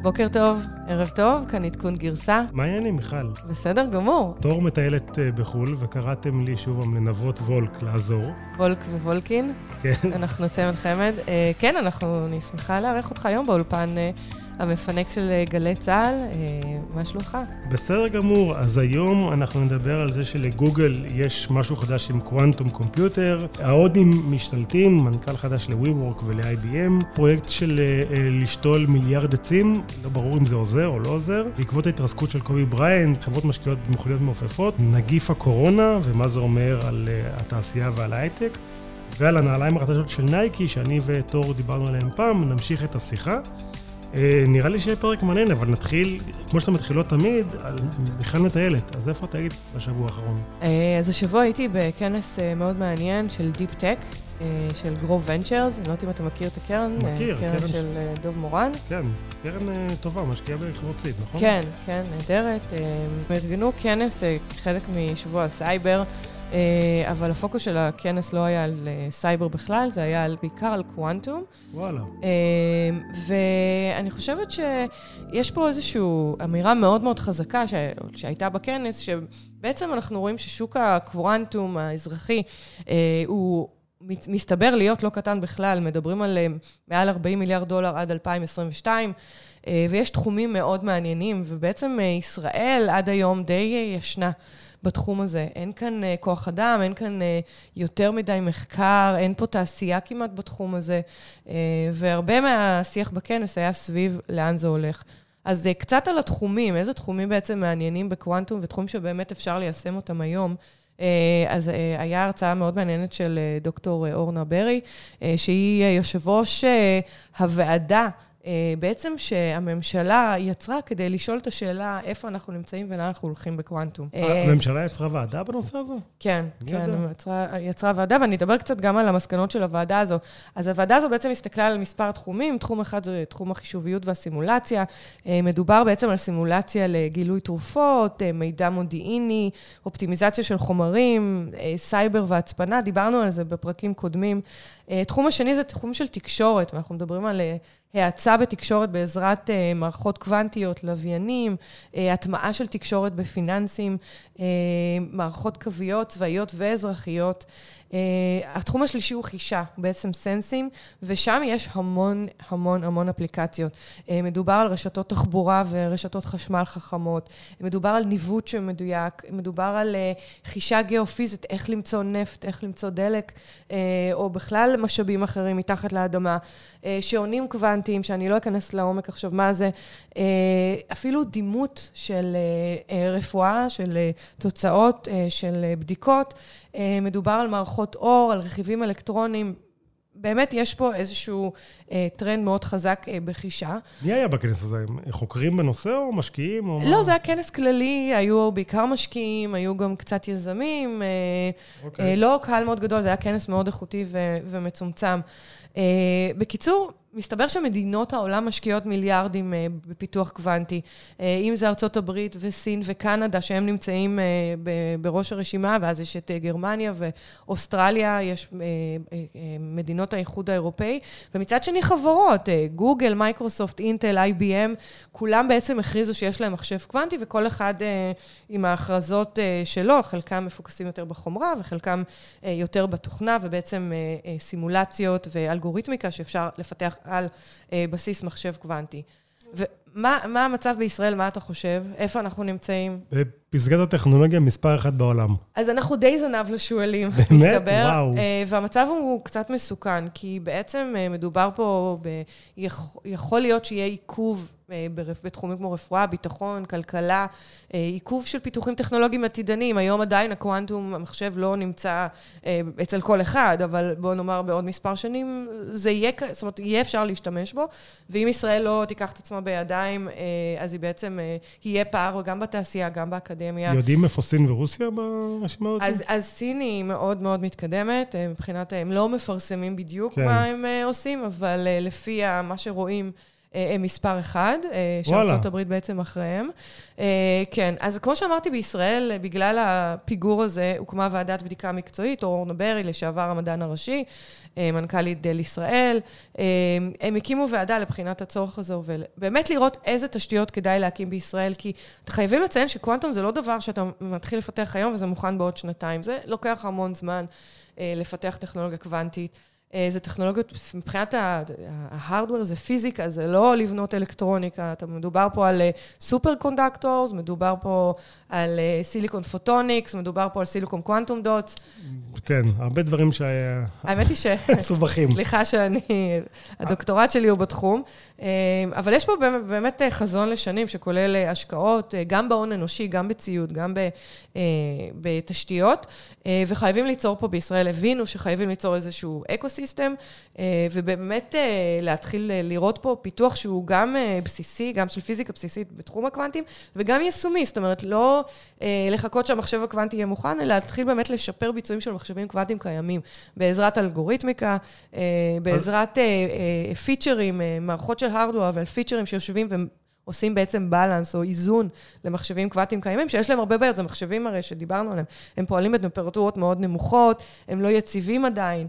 בוקר טוב, ערב טוב, כאן עדכון גרסה. מה העניינים, מיכל? בסדר גמור. תור מטיילת בחול, וקראתם לי שוב לנבות וולק לעזור. וולק ווולקין. כן. אנחנו צמד חמד. כן, אנחנו נשמחה לארח אותך היום באולפן המפנק של גלי צהל. מה שלומך? בסדר גמור. אז היום אנחנו נדבר על זה שלגוגל יש משהו חדש עם קוונטום קומפיוטר. ההודים משתלטים, מנכ"ל חדש ל-WeWork ול-IBM. פרויקט של לשתול מיליארד עצים, לא ברור אם זה עוזר או לא עוזר. בעקבות ההתרסקות של קובי בריינט, חברות משקיעות במכוניות מעופפות, נגיף הקורונה ומה זה אומר על התעשייה ועל ההייטק. ועל הנעליים החדשות של נייקי, שאני ותור דיברנו עליהם פעם, נמשיך את השיחה. נראה לי שיהיה פרק מעניין, אבל נתחיל, כמו שאתה מתחילות תמיד, על מיכל מטיילת. אז איפה אתה היית בשבוע האחרון? אז השבוע הייתי בכנס מאוד מעניין של Deep Tech, של Grow Ventures. אני לא יודעת אם אתה מכיר את הקרן. מכיר. קרן של דוב מורן. כן, קרן טובה, משקיעה בחברות סיד, נכון? כן, כן, נהדרת. הם ארגנו כנס חלק משבוע הסייבר, אבל הפוקוס של הכנס לא היה על סייבר בכלל, זה היה בעיקר על קוונטום. וואלה. ואני חושבת שיש פה איזושהי אמירה מאוד מאוד חזקה שהייתה בכנס, שבעצם אנחנו רואים ששוק הקוונטום האזרחי הוא מסתבר להיות לא קטן בכלל, מדברים על מעל $40 מיליארד עד 2022, ויש תחומים מאוד מעניינים, ובעצם ישראל עד היום די ישנה בתחום הזה. אין כאן כוח אדם, אין כאן יותר מדי מחקר, אין פה תעשייה כמעט בתחום הזה, והרבה מהשיח בכנס היה סביב לאן זה הולך. אז קצת על התחומים, איזה תחומים בעצם מעניינים בקוונטום, ותחומים שבאמת אפשר ליישם אותם היום. אז היה הרצאה מאוד מעניינת של דוקטור אורנה ברי, שהיא יושב ראש הוועדה, בעצם שהממשלה יצרה כדי לשאול את השאלה איפה אנחנו נמצאים ולאן אנחנו הולכים בקוונטום. הממשלה יצרה ועדה בנושא הזה? כן, כן, יצרה ועדה, ואני אדבר קצת גם על המסקנות של הוועדה הזו. אז הוועדה הזו בעצם הסתכלה על מספר תחומים, תחום אחד זה תחום החישוביות והסימולציה, מדובר בעצם על סימולציה לגילוי תרופות, מידע מודיעיני, אופטימיזציה של חומרים, סייבר והצפנה, דיברנו על זה בפרקים קודמים. תחום השני זה תחום של תקשורת, ואנחנו מדברים על האצה בתקשורת בעזרת מערכות קוונטיות, לוויינים, הטמעה של תקשורת בפיננסים, מערכות קוויות, צבאיות ואזרחיות. התחום השלישי הוא חישה, בעצם סנסים, ושם יש המון אפליקציות. מדובר על רשתות תחבורה ורשתות חשמל חכמות, מדובר על ניווט שמדויק, מדובר על חישה גיאופיזית, איך למצוא נפט, איך למצוא דלק, או בכלל משאבים אחרים מתחת לאדמה, שעונים קוונטיים, שאני לא אכנס לעומק עכשיו מה זה, אפילו דימות של רפואה, של תוצאות, של בדיקות, מדובר על מערכות אור, על רכיבים אלקטרוניים, באמת יש פה איזשהו טרנד מאוד חזק בחישה. מי היה בכנס הזה? חוקרים בנושא או משקיעים? או לא, זה היה כנס כללי, היו בעיקר משקיעים, היו גם קצת יזמים, לא קהל מאוד גדול, זה היה כנס מאוד איכותי ומצומצם. בקיצור, מסתבר שמדינות העולם משקיעות מיליארדים בפיתוח קוונטי. אם זה ארצות הברית וסין וקנדה, שהם נמצאים בראש הרשימה, ואז יש את גרמניה ואוסטרליה, יש מדינות האיחוד האירופאי, ומצד שני חברות, גוגל, מייקרוסופט, אינטל, IBM, כולם בעצם הכריזו שיש להם מחשב קוונטי, וכל אחד עם ההכרזות שלו, חלקם מפוקסים יותר בחומרה, וחלקם יותר בתוכנה, ובעצם סימולציות ואלגוריתמיקה שאפשר לפתח על בסיס מחשב קוונטי. ומה המצב בישראל? מה אתה חושב? איפה אנחנו נמצאים? בפסגת הטכנולוגיה מספר 1 בעולם. אז אנחנו די זנב לשואלים, באמת? מסתבר. וואו. והמצב הוא קצת מסוכן, כי בעצם מדובר פה, יכול להיות שיהיה עיכוב בתחומים כמו רפואה, ביטחון, כלכלה, עיכוב של פיתוחים טכנולוגיים עתידניים. היום עדיין הקוונטום, המחשב לא נמצא אצל כל אחד, אבל בוא נאמר בעוד מספר שנים, זה יהיה, זאת אומרת, יהיה אפשר להשתמש בו, ואם ישראל לא תיקח את עצמה בידיים, אז היא בעצם, יהיה פער גם בתעשייה, גם באקדמיה. יודעים איפה סין ורוסיה ברשימה הזאת? אז סין היא מאוד מאוד מתקדמת, מבחינת, הם לא מפרסמים בדיוק מה הם עושים, אבל לפי מה שרואים, הם מספר אחד, שארצות הברית בעצם אחריהם. כן, אז כמו שאמרתי בישראל, בגלל הפיגור הזה, הוקמה ועדת בדיקה מקצועית, אורנה ברי, לשעבר המדען הראשי, מנכ"לית דל ישראל. הם הקימו ועדה לבחינת הצורך הזו, ובאמת לראות איזה תשתיות כדאי להקים בישראל, כי חייבים לציין שקוונטום זה לא דבר שאתה מתחיל לפתח היום, וזה מוכן בעוד שנתיים. זה לוקח המון זמן לפתח טכנולוגיה קוונטית. זה טכנולוגיות, מבחינת ההארדוור, זה פיזיקה, זה לא לבנות אלקטרוניקה. מדובר פה על סופר קונדקטורס, מדובר פה על סיליקון פוטוניקס, מדובר פה על סיליקון קוונטום דוטס. כן, הרבה דברים שהיה... האמת היא סובכים. סליחה הדוקטורט שלי הוא בתחום, אבל יש פה באמת חזון לשנים שכולל השקעות, גם בהון אנושי, גם בציוד, גם בתשתיות, וחייבים ליצור פה בישראל, הבינו שחייבים ליצור איזשהו אקוסיסטם, ובאמת להתחיל לראות פה פיתוח שהוא גם בסיסי, גם של פיזיקה בסיסית בתחום הקוונטים, וגם יישומי, זאת אומרת, לא לחכות שהמחשב הקוונטי יהיה מוכן, אלא להתחיל באמת לשפר ביצועים של מחשבים קוונטיים קיימים, בעזרת אלגוריתמיקה, בעזרת פיצ'רים, מערכות של הארדוור, אבל פיצ'רים שיושבים ועושים בעצם בלנס או איזון למחשבים קוונטיים קיימים, שיש להם הרבה בעיות, זה מחשבים הרי שדיברנו עליהם, הם פועלים בטמפרטורות מאוד נמוכות, הם לא יציבים עדיין,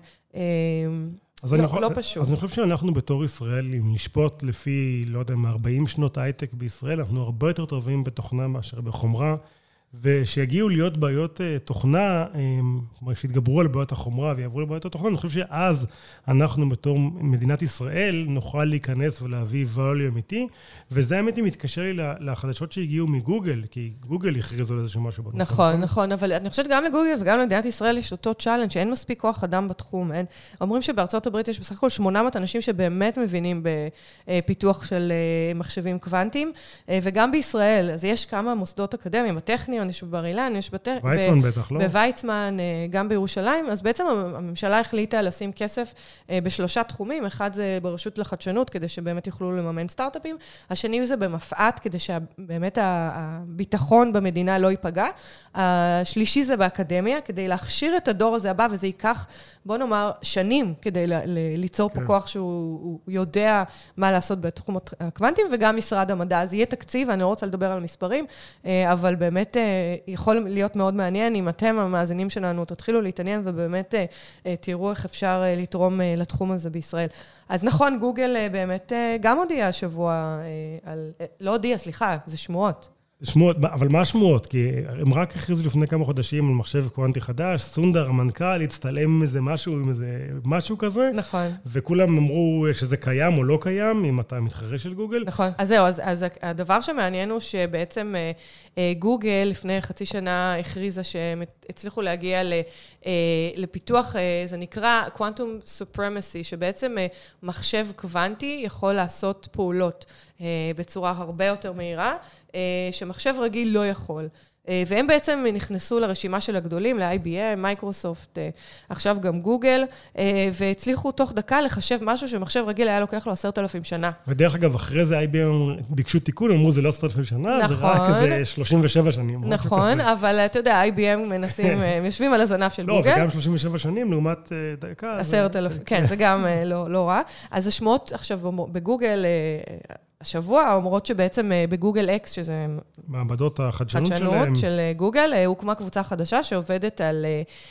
לא פשוט. אז אני חושב שאנחנו בתור ישראל, אם נשפוט לפי, לא יודע, 40 שנות הייטק בישראל, אנחנו הרבה יותר טובים בתוכנה מאשר בחומרה, ושיגיעו להיות בעיות תוכנה, כלומר, שיתגברו על בעיות החומרה ויעברו לבעיות התוכנה, אני חושב שאז אנחנו בתור מדינת ישראל נוכל להיכנס ולהביא value אמיתי, וזה האמיתי מתקשר לי לחדשות שהגיעו מגוגל, כי גוגל הכריזו על איזשהו משהו. נכון, אבל אני חושבת גם לגוגל וגם למדינת ישראל יש אותו צ'אלנג' שאין מספיק כוח אדם בתחום. אומרים שבארצות הברית יש בסך הכל 800 אנשים שבאמת מבינים בפיתוח של מחשבים קוונטיים, וגם בישראל, אז יש כמה מוסדות אקדמיים, הטכניון, יש בבר אילן, יש ויצמן בטח, לא? בוויצמן, גם בירושלים, אז בעצם הממשלה החליטה לשים כסף בשלושה תחומים, אחד זה ברשות לחדשנות, כדי שבאמת יוכלו לממן סטארט-אפים, השני זה במפעט, כדי שבאמת הביטחון במדינה לא ייפגע, השלישי זה באקדמיה, כדי להכשיר את הדור הזה הבא, וזה ייקח, בוא נאמר, שנים, כדי ליצור פה כוח שהוא יודע מה לעשות בתחום הקוונטים, וגם משרד המדע, אז יהיה תקציב, אני לא רוצה לדבר על מספרים, אבל באמת יכול להיות מאוד מעניין, אם אתם המאזינים שלנו תתחילו להתעניין, ובאמת תראו איך אפשר לתרום לתחום הזה בישראל. אז נכון, גוגל באמת גם הודיע השבוע, לא הודיע, סליחה, זה שמועות. שמועות, אבל מה השמועות? כי הם רק הכריזו לפני כמה חודשים על מחשב קוונטי חדש, סונדר, המנכ"ל, הצטלם עם איזה משהו כזה. נכון. וכולם אמרו שזה קיים או לא קיים, אם אתה מתחרה של גוגל. נכון. אז זהו, אז הדבר שמעניין הוא שבעצם גוגל לפני חצי שנה הכריזה שהם הצליחו להגיע לפיתוח, זה נקרא Quantum Supremacy, שבעצם מחשב קוונטי יכול לעשות פעולות בצורה הרבה יותר מהירה, שמחשב רגיל לא יכול. והם בעצם נכנסו לרשימה של הגדולים, ל-IBM, מייקרוסופט, עכשיו גם גוגל, והצליחו תוך דקה לחשב משהו שמחשב רגיל היה לוקח לו 10,000 שנה. ודרך אגב, אחרי זה IBM ביקשו תיקון, אמרו זה לא 10,000 שנה, נכון, זה רק איזה 37 שנים. נכון, אבל אתה יודע, IBM מנסים, הם יושבים על הזנב של גוגל. לא, וגם 37 שנים לעומת דקה. 10,000, כן, זה גם לא רע. אז השמועות עכשיו בגוגל, השבוע אומרות שבעצם בגוגל אקס, שזה מעבדות החדשנות שלהם. של גוגל, הוקמה קבוצה חדשה שעובדת על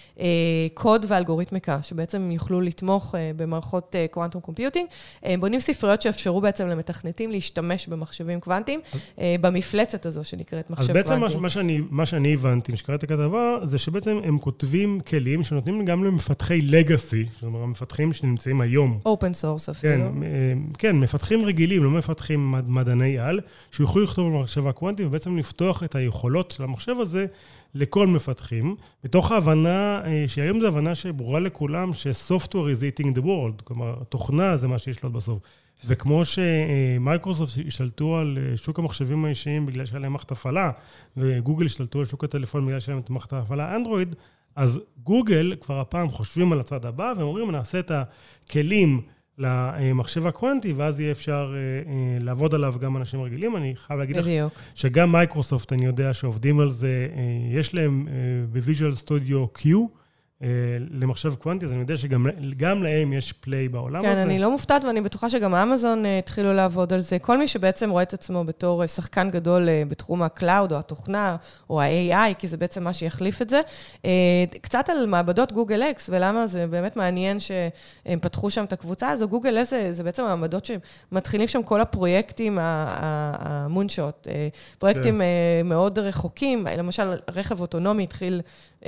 קוד ואלגוריתמיקה, שבעצם יוכלו לתמוך במערכות קוונטום קומפיוטינג. בונים ספריות שאפשרו בעצם למתכנתים להשתמש במחשבים קוונטיים, במפלצת הזו שנקראת מחשב קוונטי. אז בעצם מה שאני הבנתי, שקראתי כתבה, זה שבעצם הם כותבים כלים שנותנים גם למפתחי לגאסי, זאת אומרת, המפתחים שנמצאים היום. אופן סורס אפילו. כן, מפתחים רגילים, לא מפתחים מדעני על, שיוכלו לכתוב במחשב הקוונטי, ובעצם לפתוח את היכולות של המחשב הזה לכל מפתחים, מתוך ההבנה, שהיום זו הבנה שברורה לכולם, ש-software is eating the world, כלומר, תוכנה זה מה שיש לו בסוף. וכמו שמייקרוסופט השתלטו על שוק המחשבים האישיים בגלל שהיה להם מערכת הפעלה, וגוגל השתלטו על שוק הטלפון בגלל שהיה להם את מערכת ההפעלה אנדרואיד, אז גוגל כבר הפעם חושבים על הצד הבא, ואומרים, נעשה את הכלים למחשב הקוונטי, ואז יהיה אפשר לעבוד עליו גם אנשים רגילים. אני חייב להגיד לך שגם מייקרוסופט, אני יודע שעובדים על זה, יש להם בוויז'ואל סטודיו Q, למחשב קוונטי, אז אני יודע שגם להם יש פליי בעולם הזה. כן, אני לא מופתעת, ואני בטוחה שגם אמזון התחילו לעבוד על זה. כל מי שבעצם רואה את עצמו בתור שחקן גדול בתחום הקלאוד, או התוכנה, או ה-AI, כי זה בעצם מה שיחליף את זה. קצת על מעבדות גוגל אקס, ולמה זה באמת מעניין שהם פתחו שם את הקבוצה הזו. גוגל אקס זה בעצם המעבדות שמתחילים שם כל הפרויקטים המונשות. פרויקטים מאוד רחוקים, למשל, רכב אוטונומי התחיל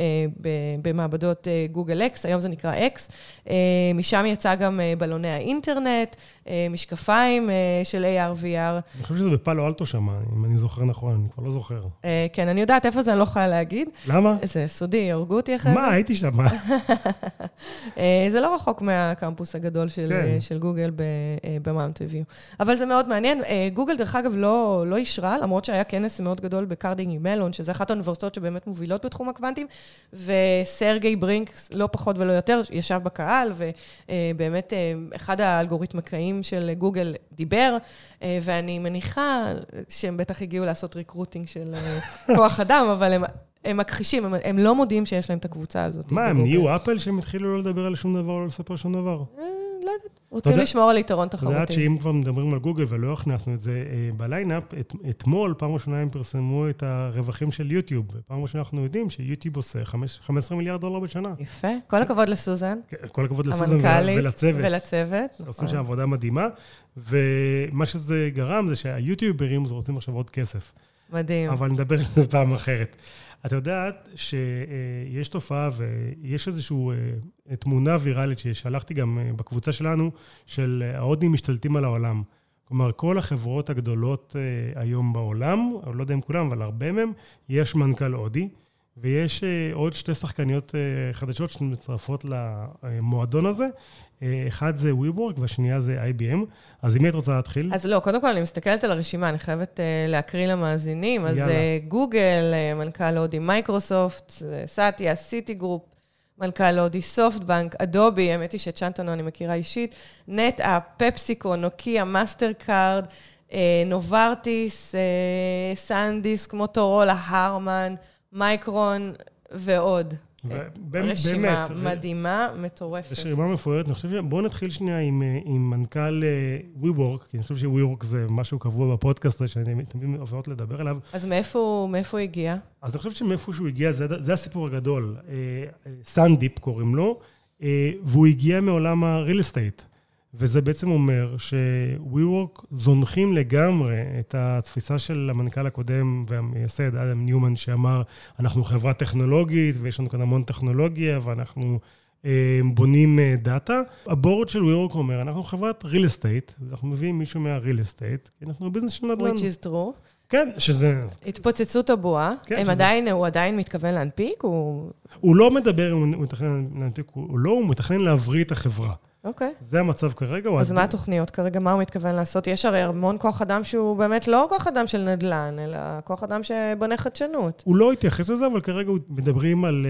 במעבדות גוגל אקס, היום זה נקרא אקס, משם יצא גם בלוני האינטרנט, משקפיים של AR, VR. אני חושב שזה בפאלו אלטו שם, אם אני זוכר נכון, אני כבר לא זוכר. כן, אני יודעת איפה זה, אני לא יכולה להגיד. למה? זה סודי, הרגו אותי אחרי זה. מה, הייתי שם. זה לא רחוק מהקמפוס הגדול של גוגל במאונטן ויו. אבל זה מאוד מעניין. גוגל, דרך אגב, לא אישרה, למרות שהיה כנס מאוד גדול בקרנגי מלון, שזה אחת האוניברסיטאות שבאמת מובילות בתחום הקוונטים, וסרגי ברינקס, לא פחות ולא יותר, ישב בקהל, ובאמת אחד האלגוריתמיקאים של גוגל דיבר, ואני מניחה שהם בטח הגיעו לעשות ריקרוטינג של כוח אדם, אבל הם מכחישים, הם לא מודיעים שיש להם את הקבוצה הזאת. מה, הם נהיו אפל שהם התחילו לא לדבר על שום דבר או לספר שום דבר? לא יודעת. רוצים לשמור על יתרון תחרותי. יודעת שאם כבר מדברים על גוגל ולא הכנסנו את זה בליינאפ, אתמול, פעם ראשונה הם פרסמו את הרווחים של יוטיוב. פעם ראשונה אנחנו יודעים שיוטיוב עושה $15 מיליארד בשנה. יפה. כל הכבוד לסוזן. כל הכבוד לסוזן ולצוות. עושים שם עבודה מדהימה, ומה שזה גרם זה שהיוטיוברים רוצים עכשיו עוד כסף. מדהים. אבל נדבר על זה פעם אחרת. את יודעת שיש תופעה ויש איזושהי תמונה ויראלית ששלחתי גם בקבוצה שלנו, של ההודים משתלטים על העולם. כלומר, כל החברות הגדולות היום בעולם, אני לא יודע אם כולם, אבל הרבה מהם, יש מנכ"ל הודי, ויש עוד שתי שחקניות חדשות שמצטרפות למועדון הזה. אחד זה WeWork והשנייה זה IBM. אז אם היית רוצה להתחיל? אז לא, קודם כל אני מסתכלת על הרשימה, אני חייבת להקריא למאזינים. אז גוגל, מנכ"ל הודי, מייקרוסופט, סאטיה, סיטי גרופ, מנכ"ל הודי, סופטבנק, אדובי, האמת היא שצ'נטנו אני מכירה אישית, נטאפ, פפסיקו, נוקיה, מאסטר קארד, נוברטיס, סנדיסק, מוטורולה, הרמן, מייקרון ועוד. רשימה מדהימה, מטורפת. רשימה מפוארת. אני חושב בואו נתחיל שנייה עם מנכ"ל WeWork, כי אני חושב ש-WeWork זה משהו קבוע בפודקאסט הזה, שאני תמיד עוברות לדבר עליו. אז מאיפה הוא הגיע? אז אני חושב שמאיפה שהוא הגיע, זה הסיפור הגדול. סנדיפ קוראים לו, והוא הגיע מעולם ה-real estate. וזה בעצם אומר ש-WeWork זונחים לגמרי את התפיסה של המנכ"ל הקודם והמייסד, אדם ניומן, שאמר, אנחנו חברה טכנולוגית ויש לנו כאן המון טכנולוגיה ואנחנו בונים דאטה. הבורד של WeWork אומר, אנחנו חברת real estate, אנחנו מביאים מישהו מה-real estate, כי אנחנו ביזנס של נדל"ן. Which is true. כן, שזה... התפוצצות הבועה. הוא עדיין מתכוון להנפיק? הוא לא מדבר אם הוא מתכנן להנפיק, הוא מתכנן להבריא את החברה. אוקיי. זה המצב כרגע. אז מה התוכניות כרגע? מה הוא מתכוון לעשות? יש הרי המון כוח אדם שהוא באמת לא כוח אדם של נדל"ן, אלא כוח אדם שבונה חדשנות. הוא לא התייחס לזה, אבל כרגע מדברים על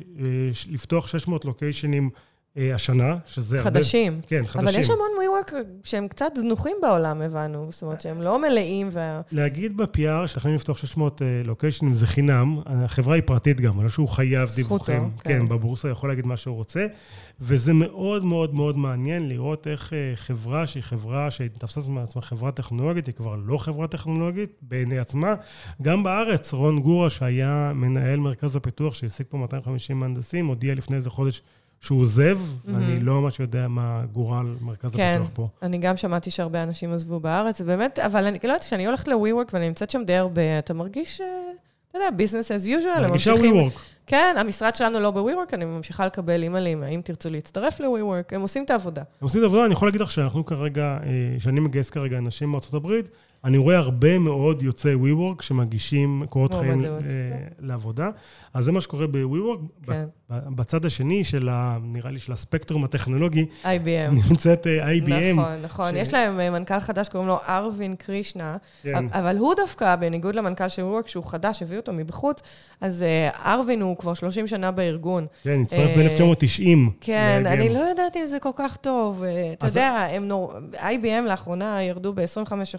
לפתוח 600 לוקיישנים השנה, שזה חדשים. הרבה... כן, חדשים. אבל יש המון WeWork שהם קצת זנוחים בעולם, הבנו. זאת אומרת שהם לא מלאים. להגיד ב-PR שתכננים לפתוח 600 לוקיישנים זה חינם, החברה היא פרטית גם, לא שהוא חייב דיווחים. כן, בבורסה יכול להגיד מה שהוא רוצה. וזה מאוד מאוד מאוד מעניין לראות איך חברה שהיא חברה שתפסה מעצמה חברה טכנולוגית, היא כבר לא חברה טכנולוגית בעיני עצמה. גם בארץ, רון גורה, שהיה מנהל מרכז הפיתוח, שהעסיק פה 250 מהנדסים, הודיע לפני איזה חודש שהוא עוזב, ואני לא ממש יודע מה גורל מרכז הפיתוח פה. כן, אני גם שמעתי שהרבה אנשים עזבו בארץ, באמת, אבל אני לא יודעת, כשאני הולכת ל-WeWork ואני נמצאת שם די הרבה, אתה מרגיש, אתה יודע, business as usual. מרגישה WeWork. כן, המשרד שלנו לא ב-WeWork, אני ממשיכה לקבל אימיילים, האם תרצו להצטרף ל-WeWork, הם עושים את העבודה. הם עושים את העבודה, אני יכול להגיד לך שאנחנו כרגע, שאני מגייס כרגע אנשים מארצות הברית, אני רואה הרבה מאוד יוצאי WeWork שמגישים קורות חיים לעבודה. אז זה מה שקורה ב-WeWork. בצד השני של, נראה לי, של הספקטרום הטכנולוגי, IBM. נמצאת IBM. נכון. יש להם מנכ"ל חדש, קוראים לו ארווין קרישנה, אבל הוא דווקא, בניגוד למנכ"ל של WeWork, שהוא חדש, הביא אותו מבחוץ, אז ארווין הוא כבר 30 שנה בארגון. כן, הצטרף ב-1990. כן, אני לא יודעת אם זה כל כך טוב. אתה יודע, IBM לאחרונה ירדו ב-25%,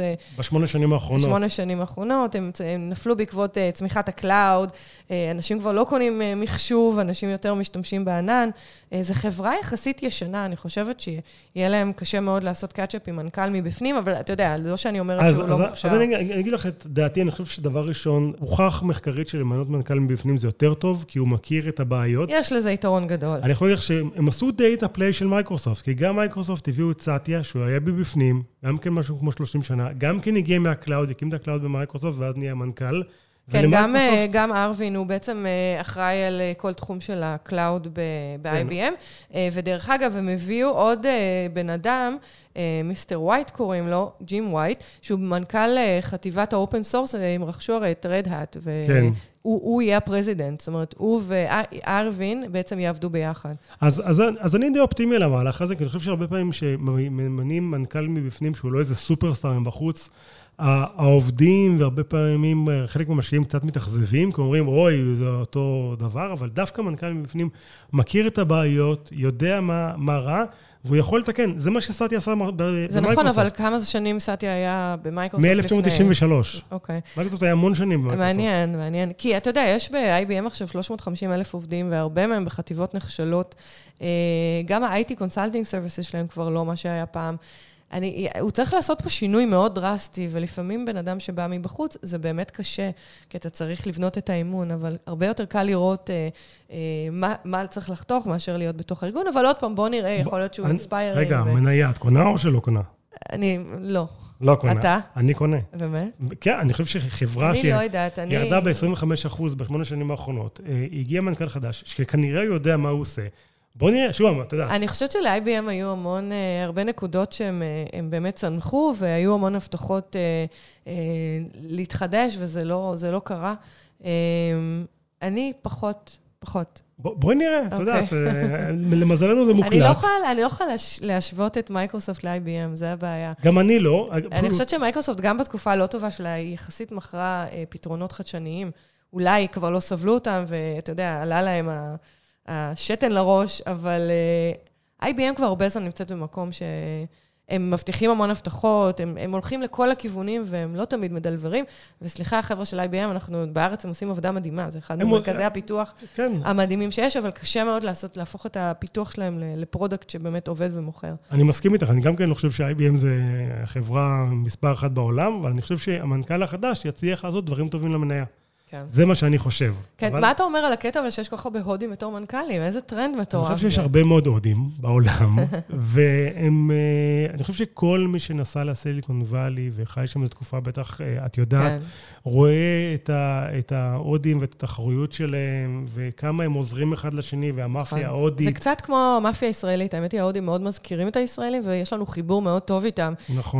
בשמונה שנים האחרונות. בשמונה שנים האחרונות, הם נפלו בעקבות צמיחת הקלאוד, אנשים כבר לא קונים מחשוב, אנשים יותר משתמשים בענן. זו חברה יחסית ישנה, אני חושבת שיהיה להם קשה מאוד לעשות קאצ'אפ עם מנכ"ל מבפנים, אבל אתה יודע, לא שאני אומרת שהוא לא מוכשר. אז אני אגיד לך את דעתי, אני חושב שדבר ראשון, הוכח מחקרית של למנות מנכ"ל מבפנים זה יותר טוב, כי הוא מכיר את הבעיות. יש לזה יתרון גדול. אני יכול להגיד לך שהם עשו דאטה פליי של מייקרוסופט, כי גם מייקרוסופט הביאו את סאטיה, שהוא היה מבפנים, גם כן משהו כמו 30 שנה, גם כן הגיע מהקלאוד, הקים את הקלאוד במייקרוסופט, ואז נהיה מנכ"ל. כן, גם ארווין הוא בעצם אחראי על כל תחום של הקלאוד ב-IBM, ודרך אגב, הם הביאו עוד בן אדם, מיסטר ווייט קוראים לו, ג'ים ווייט, שהוא מנכ"ל חטיבת האופן סורס, הם רכשו הרי את רד האט, והוא יהיה הפרזידנט, זאת אומרת, הוא וארווין בעצם יעבדו ביחד. אז אני די אופטימי על המהלך הזה, כי אני חושב שהרבה פעמים שממנים מנכ"ל מבפנים, שהוא לא איזה סופרסטאר מבחוץ, העובדים והרבה פעמים חלק מהמשקיעים קצת מתאכזבים, כי אומרים, אוי, זה אותו דבר, אבל דווקא מנכ"ל מבפנים מכיר את הבעיות, יודע מה רע, והוא יכול לתקן. זה מה שסאטיה עשה במייקרוסופט. זה נכון, אבל כמה שנים סאטיה היה במייקרוסופט לפני? מ-1993. אוקיי. מייקרוסופט היה המון שנים במייקרוסופט. מעניין. כי אתה יודע, יש ב-IBM עכשיו 350,000 עובדים, והרבה מהם בחטיבות נחשלות. גם ה-IT Consulting Services שלהם כבר לא מה שהיה פעם. הוא צריך לעשות פה שינוי מאוד דרסטי, ולפעמים בן אדם שבא מבחוץ, זה באמת קשה, כי אתה צריך לבנות את האמון, אבל הרבה יותר קל לראות מה צריך לחתוך, מאשר להיות בתוך הארגון, אבל עוד פעם, בוא נראה, יכול להיות שהוא אינספייר. רגע, מניה, את קונה או שלא קונה? אני, לא. לא קונה. אתה? אני קונה. באמת? כן, אני חושב שחברה שירדה ב-25% ב8 שנים האחרונות, הגיע מנכ"ל חדש, שכנראה יודע מה הוא עושה, בוא נראה, שוב, אתה יודע. אני חושבת של-IBM היו הרבה נקודות שהם באמת צנחו, והיו המון הבטחות להתחדש, וזה לא קרה. אני פחות. בואי נראה, אתה יודע, למזלנו זה מוקלט. אני לא יכולה להשוות את מייקרוסופט ל-IBM, זה הבעיה. גם אני לא. אני חושבת שמייקרוסופט גם בתקופה הלא טובה שלה, היא יחסית מכרה פתרונות חדשניים. אולי כבר לא סבלו אותם, ואתה יודע, עלה להם השתן לראש, אבל IBM כבר הרבה זמן נמצאת במקום שהם מבטיחים המון הבטחות, הם הולכים לכל הכיוונים, והם לא תמיד מדלברים, וסליחה, החבר'ה של IBM, אנחנו בארץ, הם עושים עבודה מדהימה, זה אחד ממרכזי הפיתוח המדהימים שיש, אבל קשה מאוד להפוך את הפיתוח שלהם לפרודקט שבאמת עובד ומוכר. אני מסכים איתך, אני גם כן לא חושב ש-IBM זה חברה מספר אחת בעולם, אבל אני חושב שהמנכ"ל החדש יצליח לעשות דברים טובים למניה. זה מה שאני חושב. כן, מה אתה אומר על הקטע, אבל שיש כל כך הרבה הודים בתור מנכ"לים? איזה טרנד מטורף. אני חושב שיש הרבה מאוד הודים בעולם, ואני חושב שכל מי שנסע לסיליקון ואלי, וחי שם לתקופה, בטח, את יודעת, רואה את ההודים ואת התחרויות שלהם, וכמה הם עוזרים אחד לשני, והמאפיה ההודית. זה קצת כמו המאפיה הישראלית, האמת היא, ההודים מאוד מזכירים את הישראלים, ויש לנו חיבור מאוד טוב איתם. נכון.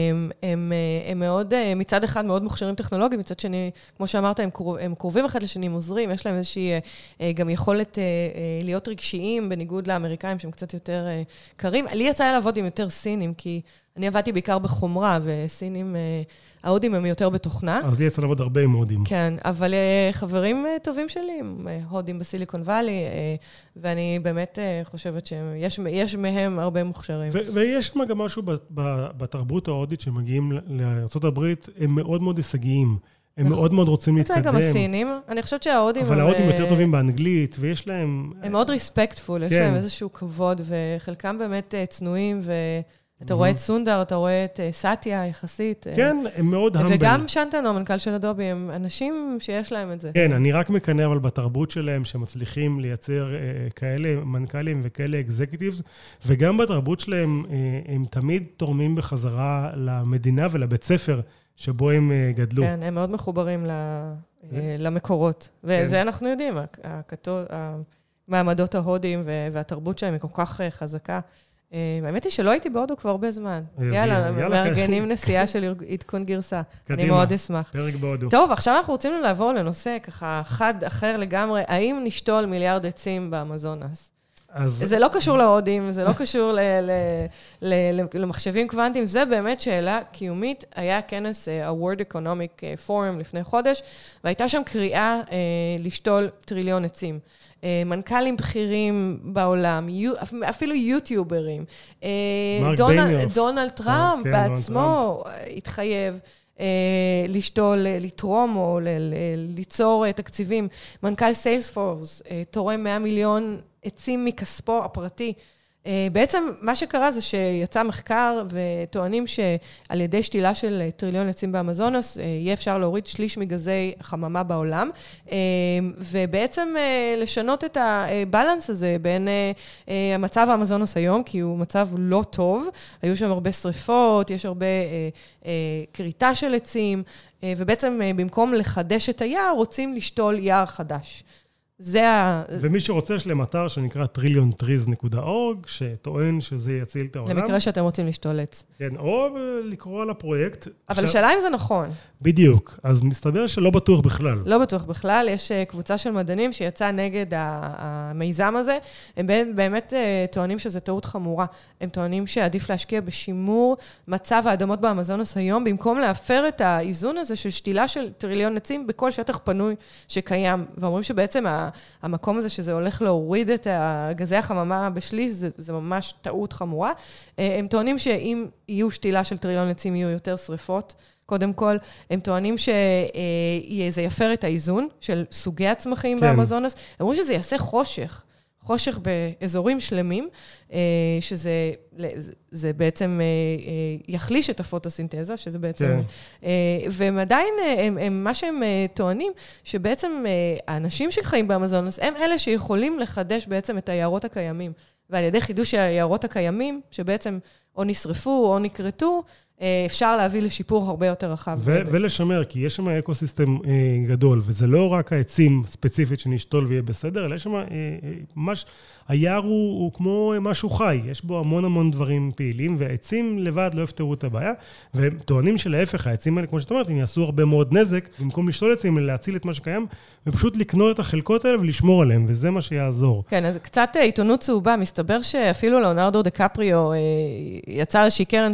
הם מאוד, מצד אחד מאוד מוכשרים טכנולוגיים, מצד שני, כמו שאמרת, הם קרובים אחד לשני, הם עוזרים, יש להם איזושהי גם יכולת להיות רגשיים, בניגוד לאמריקאים שהם קצת יותר קרים. לי יצא לעבוד עם יותר סינים, כי אני עבדתי בעיקר בחומרה, וסינים, ההודים הם יותר בתוכנה. אז לי יצא לעבוד הרבה עם הודים. כן, אבל חברים טובים שלי, הם הודים בסיליקון ואלי, ואני באמת חושבת שיש מהם הרבה מוכשרים. ויש גם משהו בתרבות ההודית שמגיעים לארצות הברית, הם מאוד מאוד הישגיים. הם מאוד מאוד רוצים להתקדם. זה גם הסינים. אני חושבת שההודים... אבל ההודים יותר טובים באנגלית, ויש להם... הם מאוד ריספקטפול, יש להם איזשהו כבוד, וחלקם באמת צנועים, ואתה רואה את סונדר, אתה רואה את סאטיה יחסית. כן, הם מאוד המבל. וגם שנטנו, המנכ"ל של אדובי, הם אנשים שיש להם את זה. כן, אני רק מקנא, אבל בתרבות שלהם, שמצליחים לייצר כאלה מנכ"לים וכאלה אקזקיוטיבס, וגם בתרבות שלהם, הם תמיד תורמים בחזרה למדינה ולבית ספר, שבו הם גדלו. כן, הם מאוד מחוברים למקורות. וזה אנחנו יודעים, המעמדות ההודיים והתרבות שלהם היא כל כך חזקה. האמת היא שלא הייתי בהודו כבר הרבה זמן. יאללה, מארגנים נסיעה של עדכון גרסה. אני מאוד אשמח. פרק בהודו. טוב, עכשיו אנחנו רוצים לעבור לנושא ככה חד אחר לגמרי. האם נשתול מיליארד עצים באמזונס? זה לא קשור להודים, זה לא קשור למחשבים קוונטיים, זה באמת שאלה קיומית. היה כנס ה-World Economic Forum לפני חודש, והייתה שם קריאה לשתול טריליון עצים. מנכ"לים בכירים בעולם, אפילו יוטיוברים. דונלד טראמפ בעצמו התחייב לשתול, לתרום או ליצור תקציבים. מנכ"ל סיילספורס תורם 100 מיליון עצים מכספו הפרטי. בעצם מה שקרה זה שיצא מחקר וטוענים שעל ידי שתילה של טריליון עצים באמזונס יהיה אפשר להוריד שליש מגזי חממה בעולם, ובעצם לשנות את הבלנס הזה בין המצב האמזונס היום, כי הוא מצב לא טוב, היו שם הרבה שריפות, יש הרבה קריטה של עצים, ובעצם במקום לחדש את היער רוצים לשתול יער חדש. ומי שרוצה יש להם אתר שנקרא trilliontrees.org, שטוען שזה יציל את העולם. למקרה שאתם רוצים לשתול עץ. כן, או לקרוא על הפרויקט. אבל השאלה אם זה נכון. בדיוק, אז מסתבר שלא בטוח בכלל. לא בטוח בכלל, יש קבוצה של מדענים שיצאה נגד המיזם הזה, הם באמת טוענים שזה טעות חמורה. הם טוענים שעדיף להשקיע בשימור מצב האדמות באמזונס היום, במקום להפר את האיזון הזה של שתילה של טריליון עצים בכל שטח פנוי שקיים. ואומרים שבעצם המקום הזה שזה הולך להוריד את גזי החממה בשליש, זה ממש טעות חמורה. הם טוענים שאם יהיו שתילה של טריליון עצים, יהיו יותר שריפות. קודם כל, הם טוענים שזה יפר את האיזון של סוגי הצמחים באמזונס. הם אומרים שזה יעשה חושך באזורים שלמים, שזה בעצם יחליש את הפוטוסינתזה, שזה בעצם... והם עדיין, מה שהם טוענים, שבעצם האנשים שחיים באמזונס, הם אלה שיכולים לחדש בעצם את היערות הקיימים. ועל ידי חידוש היערות הקיימים, שבעצם או נשרפו או נקרטו, אפשר להביא לשיפור הרבה יותר רחב. ולשמר, כי יש שם אקוסיסטם גדול, וזה לא רק העצים ספציפית שנשתול ויהיה בסדר, אלא יש שם היער הוא כמו משהו חי, יש בו המון דברים פעילים, והעצים לבד לא יפתרו את הבעיה, והם טוענים שלהפך, העצים האלה, כמו שאת אומרת, הם יעשו הרבה מאוד נזק, במקום לשתול עצים, להציל את מה שקיים, ופשוט לקנות את החלקות האלה ולשמור עליהם, וזה מה שיעזור. כן, אז קצת עיתונות צהובה, מסתבר שאפילו לאונרדו דקפריו יצא איזושהי קרן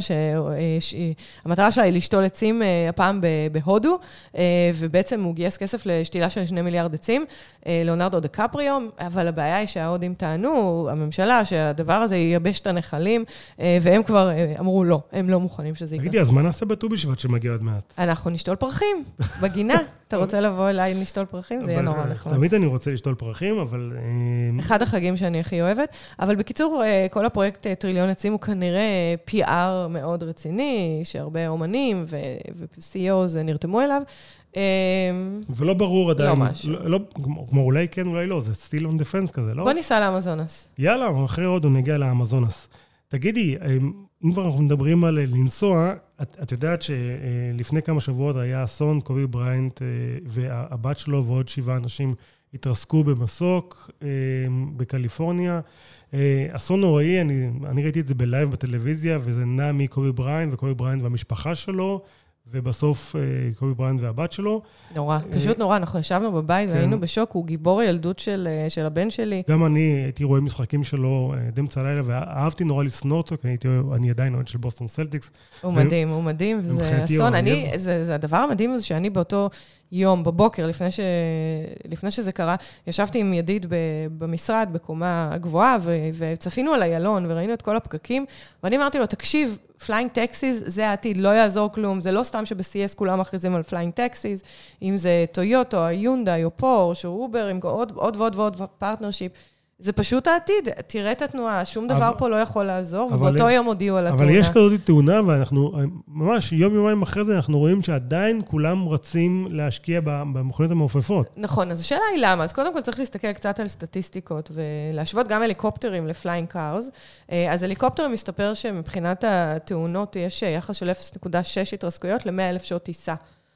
המטרה שלה היא לשתול עצים הפעם בהודו, ובעצם הוא גייס כסף לשתילה של 2 מיליארד עצים, לאונרדו דקפריו, אבל הבעיה היא שההודים טענו, הממשלה, שהדבר הזה ייבש את הנחלים, והם כבר אמרו לא, הם לא מוכנים שזה יקרה. תגידי, אז מה נעשה בט"ו בשבט שמגיע עוד מעט? אנחנו נשתול פרחים, בגינה. אתה רוצה לבוא אליי לשתול פרחים? זה יהיה נורא נחמד. תמיד אני רוצה לשתול פרחים, אבל... אחד החגים שאני הכי אוהבת, אבל בקיצור, כל הפרויקט טריליון עצים הוא כנראה PR מאוד רציני, שהרבה אומנים ו-CEOs נרתמו אליו. ולא ברור עדיין. לא משהו. כמו אולי כן, אולי לא, זה still on defense כזה, לא? בוא ניסע לאמזונס. יאללה, אחרי הודו נגיע לאמזונס. תגידי, אם כבר אנחנו מדברים על לנסוע, את יודעת שלפני כמה שבועות היה אסון, קובי בריינט והבת שלו ועוד 7 אנשים התרסקו במסוק בקליפורניה. אסון נוראי, אני ראיתי את זה בלייב בטלוויזיה, וזה נע מקובי בריינט וקובי בריינט והמשפחה שלו, ובסוף קובי בריינט והבת שלו. נורא, פשוט נורא, אנחנו ישבנו בבית והיינו בשוק, הוא גיבור הילדות של הבן שלי. גם אני הייתי רואה משחקים שלו דמצע לילה, ואהבתי נורא לסנוע אותו, כי אני עדיין אוהד של בוסטון סלטיקס. הוא מדהים, וזה אסון. זה הדבר המדהים הזה שאני באותו יום, בבוקר, לפני שזה קרה, ישבתי עם ידיד במשרד, בקומה הגבוהה, וצפינו על איילון, וראינו את כל הפקקים, ואני אמרתי לו, תקשיב, פליינג טקסיס, זה העתיד, לא יעזור כלום, זה לא סתם שב-CS כולם מכריזים על פליינג טקסיס, אם זה טויוטו, היונדאי או פורש או אובר, עם עוד ועוד פרטנרשיפ, זה פשוט העתיד, תראה את התנועה, שום דבר פה לא יכול לעזור, ובאותו יום הודיעו על התאונה. אבל יש כזאת תאונה, ואנחנו, ממש יום-יומיים אחרי זה, אנחנו רואים שעדיין כולם רצים להשקיע במכוניות המעופפות. נכון, אז השאלה היא למה? אז קודם כל צריך להסתכל קצת על סטטיסטיקות, ולהשוות גם הליקופטרים לפליינג קארס. אז הליקופטרים מסתפר שמבחינת התאונות יש יחס של 0.6 התרסקויות ל-100,000 שעות טיסה.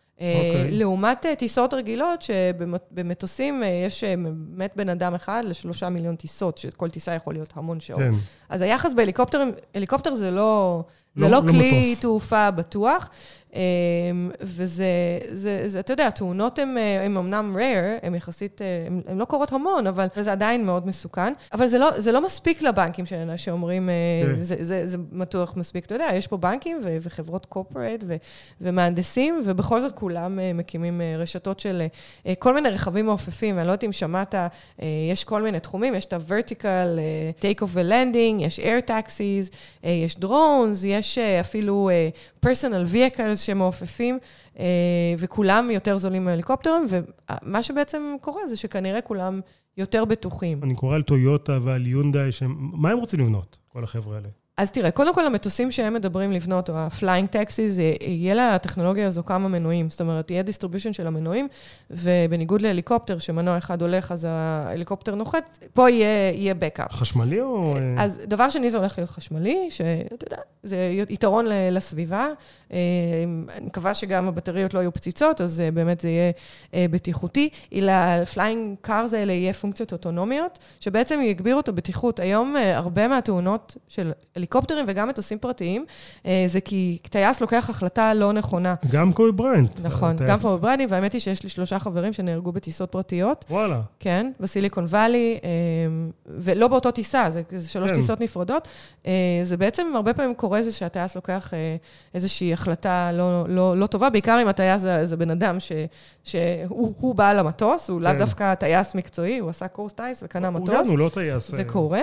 לעומת טיסות רגילות, שבמטוסים יש באמת בן אדם אחד ל3 מיליון טיסות, שכל טיסה יכול להיות המון שעות. אז היחס בהליקופטר זה זה לא כלי תעופה בטוח, וזה, אתה יודע, התאונות הן אמנם rare, הן יחסית, הן לא קורות המון, אבל זה עדיין מאוד מסוכן. אבל זה לא מספיק לבנקים שאומרים, זה מתוח מספיק. אתה יודע, יש פה בנקים וחברות קורפורט ומהנדסים, ובכל זאת כולם מקימים רשתות של כל מיני רכבים מעופפים, ואני לא יודעת אם שמעת, יש כל מיני תחומים, יש את ה-vertical, take off and landing, יש air taxis, יש drones, יש אפילו personal vehicles שמעופפים, וכולם יותר זולים מהליקופטרים, ומה שבעצם קורה זה שכנראה כולם יותר בטוחים. אני קורא על טויוטה ועל יונדאי, מה הם רוצים לבנות, כל החבר'ה האלה? אז תראה, קודם כל המטוסים שהם מדברים לבנות, או ה-flying taxis, יהיה לה הטכנולוגיה הזו כמה מנועים, זאת אומרת, יהיה distribution של המנועים, ובניגוד להליקופטר, שמנוע אחד הולך, אז ההליקופטר נוחת, פה יהיה backup. חשמלי או... אז דבר שני זה הולך להיות חשמלי, שאתה יודע, זה יתרון לסביבה, אני מקווה שגם הבטריות לא יהיו פציצות, אז באמת זה יהיה בטיחותי. ל-flying cars האלה יהיה פונקציות אוטונומיות, שבעצם יגבירו את הבטיחות. היום הרבה מהתאונות של הליקופטרים וגם מטוסים פרטיים, זה כי טייס לוקח החלטה לא נכונה. גם קובי בריינט. נכון, גם קובי בריינט, והאמת היא שיש לי 3 חברים שנהרגו בטיסות פרטיות. וואלה. כן, בסיליקון ואלי, ולא באותו טיסה, זה 3 טיסות נפרדות. זה בעצם הרבה פעמים קורה שהטייס לוקח איזושהי החלטה לא טובה, בעיקר אם הטייס זה בן אדם שהוא בעל המטוס, הוא לאו דווקא טייס מקצועי, הוא עשה קורס טייס וקנה מטוס. הוא לא טייס. זה קורה.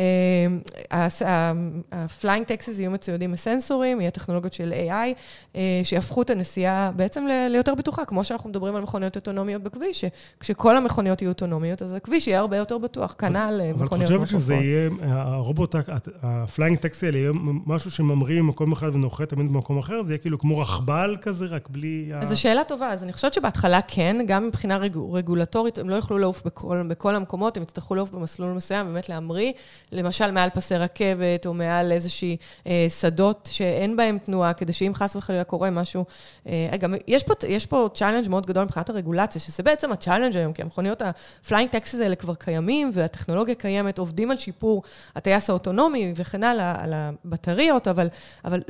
ה-flying taxis יהיו מצוידים מסנסורים, יהיה טכנולוגיות של AI, שיהפכו את הנסיעה בעצם ליותר בטוחה, כמו שאנחנו מדברים על מכוניות אוטונומיות בכביש, שכשכל המכוניות יהיו אוטונומיות, אז הכביש יהיה הרבה יותר בטוח, כנ"ל מכוניות מופפות. אבל חושבת שזה יהיה, הרובוט, ה-flying taxi האלה יהיה משהו שממריא ממקום אחד ונוחת תמיד במקום אחר, זה יהיה כאילו כמו רכבל כזה, רק בלי... אז זו שאלה טובה, אז אני חושבת שבהתחלה כן, גם מבחינה רגולטורית, הם לא יוכלו לעוף בכל המקומות, הם יצטרכו לעוף במסלול מסוים, באמת להמריא, למשל מעל פסי רכבת, או מעל איזושהי שדות שאין בהם תנועה, כדי שאם חס וחלילה קורה משהו. גם יש פה צ'אלנג' מאוד גדול מבחינת הרגולציה, שזה בעצם הצ'אלנג' היום, כי המכוניות ה-flying taxis האלה כבר קיימים, והטכנולוגיה קיימת, עובדים על שיפור הטייס האוטונומי וכן הלאה, על הבטריות, אבל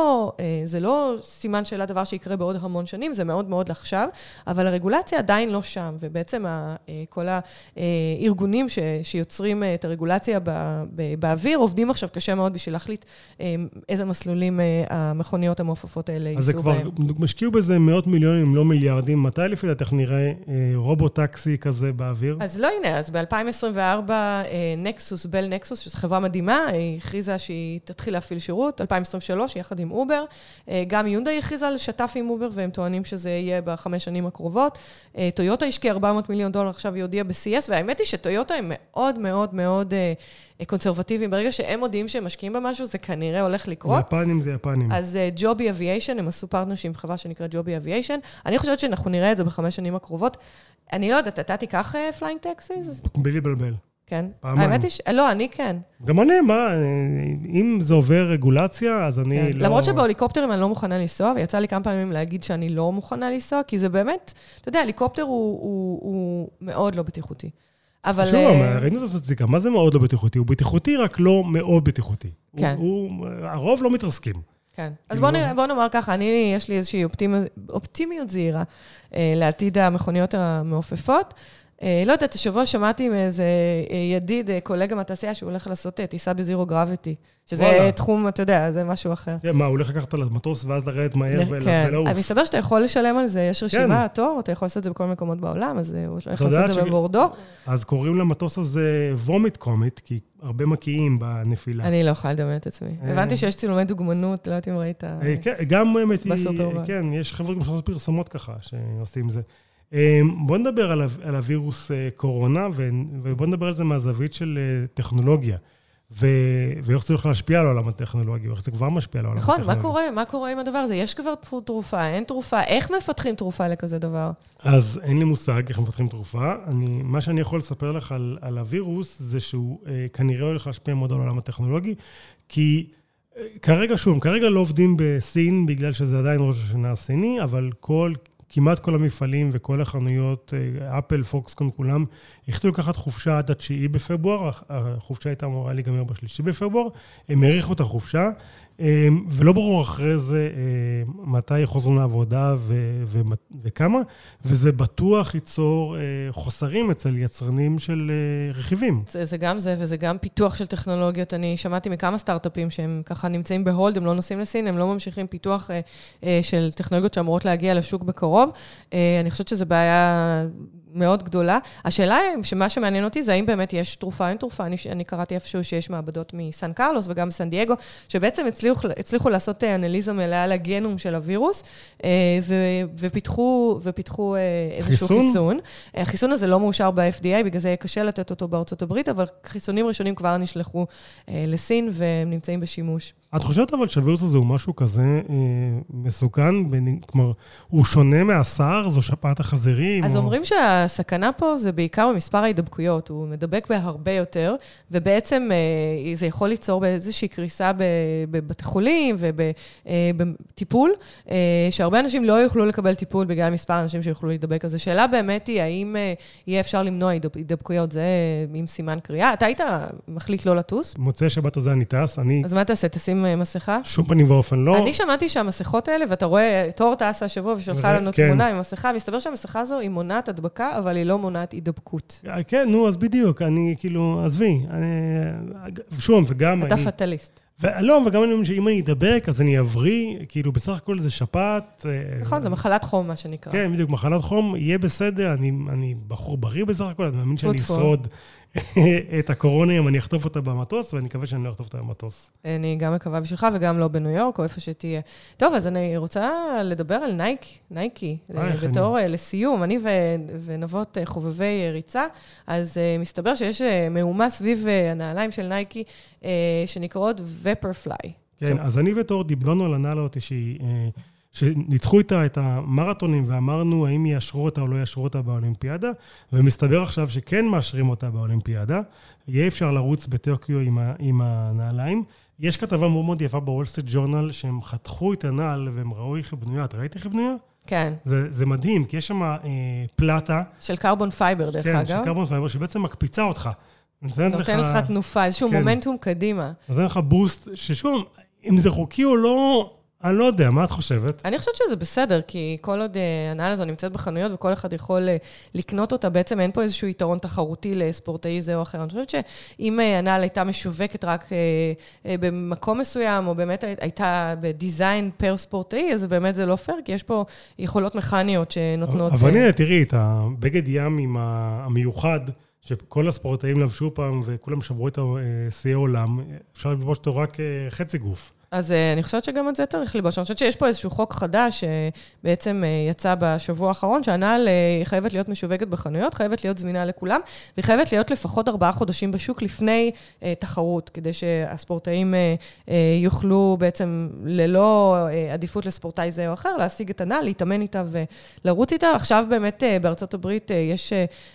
זה לא סימן שאלה דבר שיקרה בעוד המון שנים, זה מאוד מאוד עכשיו, אבל הרגולציה עדיין לא שם, ובעצם כל הארגונים שיוצרים את הרגולציה באוויר, עובדים עכשיו קשה מאוד בשביל להחליט איזה מסלולים המכוניות המעופפות האלה ייסעו בהם. אז זה כבר משקיעו בזה מאות מיליונים, אם לא מיליארדים. מתי לפי דעתך נראה רובוט-טקסי כזה באוויר? אז לא, הנה, אז ב-2024 נקסוס, בל נקסוס, שזו חברה מדהימה, היא הכריזה שהיא תתחיל להפעיל שירות, 2023, יחד עם אובר. גם יונדאי הכריזה על שתף עם אובר, והם טוענים שזה יהיה ב5 שנים הקרובות. טויוטה השקיע $400 מיליון, עכשיו היא הודיעה ב-CS, והאמת היא שטויוטה הם מאוד מאוד מאוד קונסרבטיביים. ברגע שהם מודיעים שהם משקיעים במשהו, זה כנראה הולך לקרות. זה יפנים. אז ג'ובי אביישן, הם עשו פרטנרשיפ עם חברה שנקרא ג'ובי אביישן. אני חושבת שאנחנו נראה את זה ב5 שנים הקרובות. אני לא יודעת, אתה תיקח פליינג טקסיס? בלי בלבל. כן. האמת היא לא, אני כן. גם אני, מה? אם זה עובר רגולציה, אז אני לא... למרות שבהליקופטרים אני לא מוכנה לנסוע, ויצא לי כמה פעמים להגיד שאני לא מוכנה לנסוע, כי זה באמת, אתה יודע, הליקופטר הוא מאוד לא בטיחותי. אבל... שוב, ראינו את הסטטיסטיקה, מה זה מאוד לא בטיחותי? הוא בטיחותי, רק לא מאוד בטיחותי. כן. הרוב לא מתרסקים. כן. אז בוא נאמר ככה, יש לי איזושהי אופטימיות זהירה לעתיד המכוניות המעופפות. לא יודעת, השבוע שמעתי מאיזה ידיד, קולגה מהתעשייה, שהוא הולך לעשות טיסה בזירו גרביטי, שזה תחום, אתה יודע, זה משהו אחר. כן, מה, הוא הולך לקחת על המטוס ואז לרדת מהר ולעוף. אני מסתבר שאתה יכול לשלם על זה, יש רשימה, תור, אתה יכול לעשות את זה בכל מקומות בעולם, אז הוא הולך לעשות את זה בבורדו. אז קוראים למטוס הזה וומיט קומט, כי הרבה מקיאים בנפילה. אני לא יכולה לדמיין את עצמי. הבנתי שיש צילומי דוגמנות, לא יודעת אם ראית בסופר. כן, יש חברות משנות פרסומות ככה שעושים זה. בוא נדבר על הווירוס קורונה, ובוא נדבר על זה מהזווית של טכנולוגיה, ואיך זה הולך להשפיע על העולם הטכנולוגי, ואיך זה כבר משפיע על העולם הטכנולוגי. נכון, מה קורה עם הדבר הזה? יש כבר תרופה, אין תרופה, איך מפתחים תרופה לכזה דבר? אז אין לי מושג איך מפתחים תרופה. מה שאני יכול לספר לך על הווירוס, זה שהוא כנראה הולך להשפיע מאוד על העולם הטכנולוגי, כי כרגע לא עובדים בסין, בגלל שזה עדיין ראש השנה הסיני, אבל כמעט כל המפעלים וכל החנויות, אפל, פוקסקון, כולם, החליטו לקחת חופשה עד 9 בפברואר, החופשה הייתה אמורה להיגמר ב3 בפברואר, הם האריכו את החופשה, ולא ברור אחרי זה מתי חוזרים לעבודה וכמה, וזה בטוח ייצור חוסרים אצל יצרנים של רכיבים. זה גם זה, וזה גם פיתוח של טכנולוגיות. אני שמעתי מכמה סטארט-אפים שהם ככה נמצאים בהולד, הם לא נוסעים לסין, הם לא ממשיכים פיתוח של טכנולוגיות שאמורות להגיע לשוק בקרוב. אני חושבת שזו בעיה מאוד גדולה. השאלה היא, שמה שמעניין אותי זה האם באמת יש תרופה, אין תרופה. אני קראתי איפשהו שיש מעבדות מסן קרלוס וגם מסן דייגו, שבעצם הצליחו לעשות אנליזה מלאה לגנום של הווירוס, ופיתחו איזשהו חיסון. החיסון הזה לא מאושר ב-FDA, בגלל זה יהיה קשה לתת אותו בארצות הברית, אבל חיסונים ראשונים כבר נשלחו לסין, והם נמצאים בשימוש. את חושבת אבל שהווירוס הזה הוא משהו כזה מסוכן, כלומר, הוא שונה מהסאר, זו שפעת החזירים? אז אומרים שהסכנה פה זה בעיקר במספר ההידבקויות, הוא מדבק בהרבה יותר, ובעצם זה יכול ליצור באיזושהי קריסה בבתי חולים ובטיפול, שהרבה אנשים לא יוכלו לקבל טיפול בגלל מספר אנשים שיוכלו להידבק. אז השאלה באמת היא, האם יהיה אפשר למנוע הידבקויות, זה עם סימן קריאה. אתה היית מחליט לא לטוס? מוצאי שבת הזה אני טס, אז מה תעשה? תשים מסכה? שום פנים ואופן לא. אני שמעתי שהמסכות האלה, ואתה רואה, תור טסה השבוע ושלחה לנו תמונה עם מסכה, מסתבר שהמסכה הזו היא מונעת הדבקה, אבל היא לא מונעת הידבקות. כן, נו, אז בדיוק, אני כאילו, עזבי, שום, וגם אתה פטליסט. לא, וגם אני אומר שאם אני אדבק, אז אני אבריא, כאילו בסך הכל זה שפעת. נכון, זה מחלת חום, מה שנקרא. כן, בדיוק, מחלת חום, יהיה בסדר, אני בחור בריא בסך הכל, אני מאמין שאני אשרוד את הקורונה, אם אני אחטוף אותה במטוס, ואני מקווה שאני לא אחטוף אותה במטוס. אני גם מקווה בשבילך, וגם לא בניו יורק, או איפה שתהיה. טוב, אז אני רוצה לדבר על נייקי, בתור לסיום, אני ונבות חובבי ריצה, אז מסתבר שיש מהומה סביב הנעליים של נייקי, שנקראות Vaporfly. כן, אז אני ותור דיברנו על הנעלות שניצחו איתה את המרתונים, ואמרנו האם יאשרו אותה או לא יאשרו אותה באולימפיאדה, ומסתבר עכשיו שכן מאשרים אותה באולימפיאדה, יהיה אפשר לרוץ בטוקיו עם הנעליים. יש כתבה מאוד מאוד יפה בוול סטריט ג'ורנל, שהם חתכו את הנעל והם ראו איך היא בנויה. את ראית איך היא בנויה? כן. זה מדהים, כי יש שם פלטה. של קרבון פייבר, דרך אגב. כן, של קרבון פייבר, שבעצם מקפיצה אותך. נותן לך תנופה, איזשהו מומנטום קדימה. נותן לך בוסט, ששום, אם זה חוקי או לא, אני לא יודע, מה את חושבת? אני חושבת שזה בסדר, כי כל עוד הנעל הזו נמצאת בחנויות, וכל אחד יכול לקנות אותה, בעצם אין פה איזשהו יתרון תחרותי לספורטאי זה או אחר. אני חושבת שאם הנעל הייתה משווקת רק במקום מסוים, או באמת הייתה בדיזיין פר ספורטאי, אז באמת זה לא פייר, כי יש פה יכולות מכניות שנותנות... אבל הנה, תראי, את הבגד ים המיוחד, שכל הספורטאים לבשו פעם, וכולם שברו את שיאי עולם, אפשר לבוש אותו רק חצי גוף. אז אני חושבת שגם את זה צריך לבוש. אני חושבת שיש פה איזשהו חוק חדש שבעצם יצא בשבוע האחרון, שהנעל חייבת להיות משווקת בחנויות, חייבת להיות זמינה לכולם, והיא חייבת להיות לפחות 4 חודשים בשוק לפני תחרות, כדי שהספורטאים יוכלו בעצם ללא עדיפות לספורטאי זה או אחר, להשיג את הנעל, להתאמן איתה ולרוץ איתה. עכשיו באמת בארצות הברית יש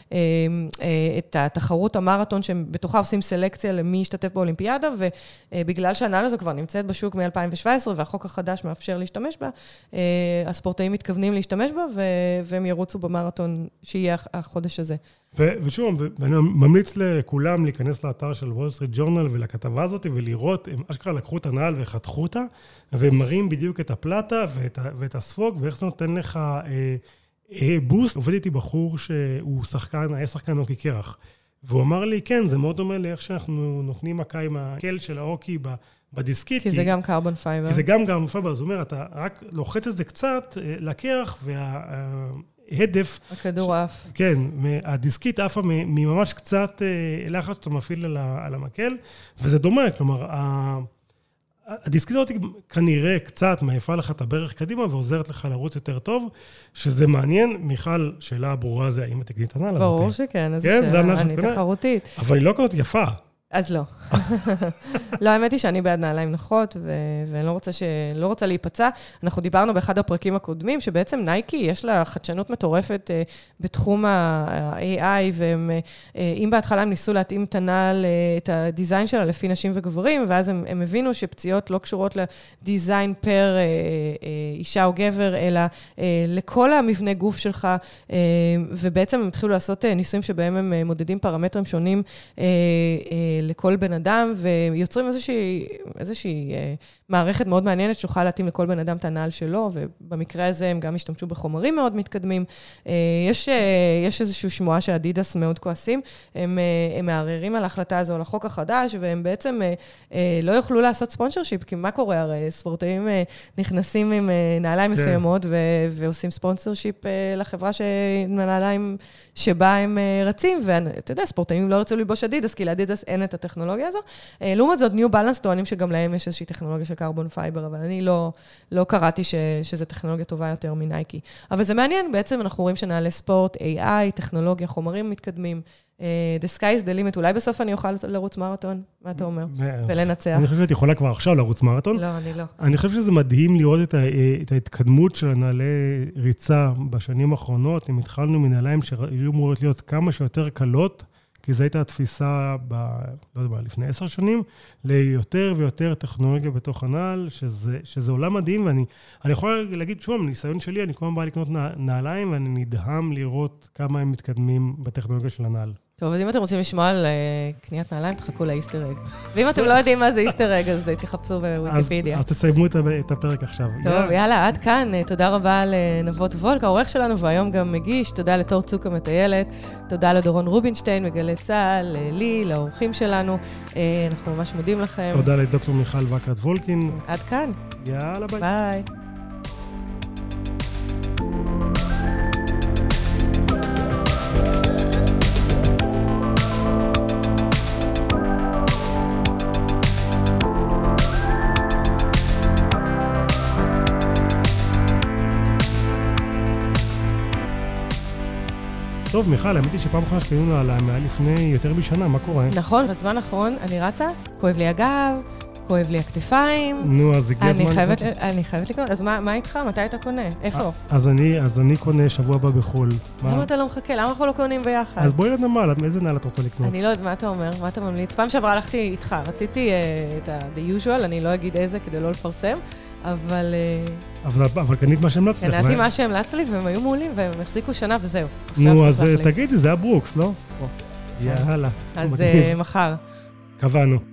את התחרות המרתון, שבתוכה עושים סלקציה למי ישתתף באולימפיאדה, ובגלל שהנעל הזו כבר נמצאת בשוק מ-2017, והחוק החדש מאפשר להשתמש בה, הספורטאים מתכוונים להשתמש בה, והם ירוצו במרתון שיהיה החודש הזה. ושוב, אני ממליץ לכולם להיכנס לאתר של וול סטריט ג'ורנל ולכתבה הזאת, ולראות, הם אשכרה לקחו את הנעל וחתכו אותה, והם מראים בדיוק את הפלטה ואת הספוג, ואיך זה נותן לך בוסט. עובד איתי בחור שהוא שחקן, היה שחקן הוקי קרח, והוא אמר לי, כן, זה מאוד דומה לאיך שאנחנו נותנים מכה עם הקל של ההוקי בדיסקית. כי זה גם קרבון פייבר. כי זה גם קרבון פייבר, זאת אומרת, אתה רק לוחץ את זה קצת לקרח, וההדף... הכדור עף. כן, הדיסקית עפה ממש קצת לחץ שאתה מפעיל על המקל, וזה דומה, כלומר, הדיסקית הזאת כנראה קצת מעיפה לך את הברך קדימה, ועוזרת לך לרוץ יותר טוב, שזה מעניין. מיכל, שאלה ברורה זה, האם תקדי את הנעל הזאת? ברור שכן, אז שאלה, אני תחרותית. אבל היא לא כזאת יפה. אז לא. לא, האמת היא שאני בעד נעליים נוחות, ואני לא רוצה להיפצע. אנחנו דיברנו באחד הפרקים הקודמים, שבעצם נייקי יש לה חדשנות מטורפת בתחום ה-AI, ואם בהתחלה הם ניסו להתאים את הנעל, את הדיזיין שלה לפי נשים וגברים, ואז הם הבינו שפציעות לא קשורות לדיזיין פר אישה או גבר, אלא לכל המבנה גוף שלך, ובעצם הם התחילו לעשות ניסויים שבהם הם מודדים פרמטרים שונים לכל בן אדם, ויוצרים איזושהי מערכת מאוד מעניינת, שתוכל להתאים לכל בן אדם את הנעל שלו, ובמקרה הזה הם גם השתמשו בחומרים מאוד מתקדמים. יש איזושהי שמועה שאדידס מאוד כועסים, הם מערערים על ההחלטה הזו, על החוק החדש, והם בעצם לא יוכלו לעשות ספונסרשיפ, כי מה קורה? הרי ספורטאים נכנסים עם נעליים מסוימות, ועושים ספונסרשיפ לחברה נעליים שבה הם רצים, ואתה יודע, ספורטאים לא רצו ללבוש אדידס, כי לאדידס אין את הטכנולוגיה הזו. לעומת זאת, ניו בלנס טוענים שגם להם יש איזושהי טכנולוגיה של קרבון פייבר, אבל אני לא קראתי שזו טכנולוגיה טובה יותר מנייקי. אבל זה מעניין, בעצם אנחנו רואים שנעלי ספורט, AI, טכנולוגיה, חומרים מתקדמים, the sky is the limit, אולי בסוף אני אוכל לרוץ מרתון, מה אתה אומר? ולנצח. אני חושב שאת יכולה כבר עכשיו לרוץ מרתון. לא, אני לא. אני חושב שזה מדהים לראות את ההתקדמות של הנעלי ריצה בשנים האחרונות. אם התחלנו מנעליים שהיו אמורות להיות כמה שיותר קלות, כי זו הייתה התפיסה, לא יודע מה, לפני 10 שנים, ליותר ויותר טכנולוגיה בתוך הנעל, שזה עולם מדהים, ואני יכול להגיד שוב, מניסיון שלי, אני כל הזמן בא לקנות נעליים, ואני נדהם לראות כמה הם מתקדמים בטכנולוגיה של הנעל. טוב, אז אם אתם רוצים לשמוע על קניית נעליים, תחכו לאיסטר אג. ואם אתם לא יודעים מה זה איסטר אג, אז תחפשו בוויקיפדיה. אז תסיימו את הפרק עכשיו. טוב, יאללה, עד כאן. תודה רבה לנבות וולק, העורך שלנו, והיום גם מגיש. תודה לתור צוקה מטיילת. תודה לדורון רובינשטיין, מגלי צהל, לי, לאורחים שלנו. אנחנו ממש מודים לכם. תודה לדוקטור מיכל וקרת וולקין. עד כאן. יאללה, ביי. ביי. טוב, מיכל, האמת היא שפעם אחת שקנינו עליהם היה לפני יותר משנה, מה קורה? נכון, בזמן האחרון אני רצה, כואב לי הגב, כואב לי הכתפיים. נו, אז הגיע הזמן לקנות. אני חייבת לקנות, אז מה איתך? מתי אתה קונה? איפה? אז אני קונה שבוע הבא בחול. למה אתה לא מחכה? למה אנחנו לא קונים ביחד? אז בואי לנמל, איזה נעל אתה רוצה לקנות? אני לא יודעת, מה אתה אומר? מה אתה ממליץ? פעם שעברה הלכתי איתך, רציתי את ה-the usual, אני לא אגיד איזה כדי לא לפרסם, אבל קנית מה שהמלצת לך. קניתי מה שהמלץ לי, והם היו מעולים, והם החזיקו שנה וזהו. נו, אז תגידי, זה היה ברוקס, לא? ברוקס. יאללה. אז מחר. קבענו.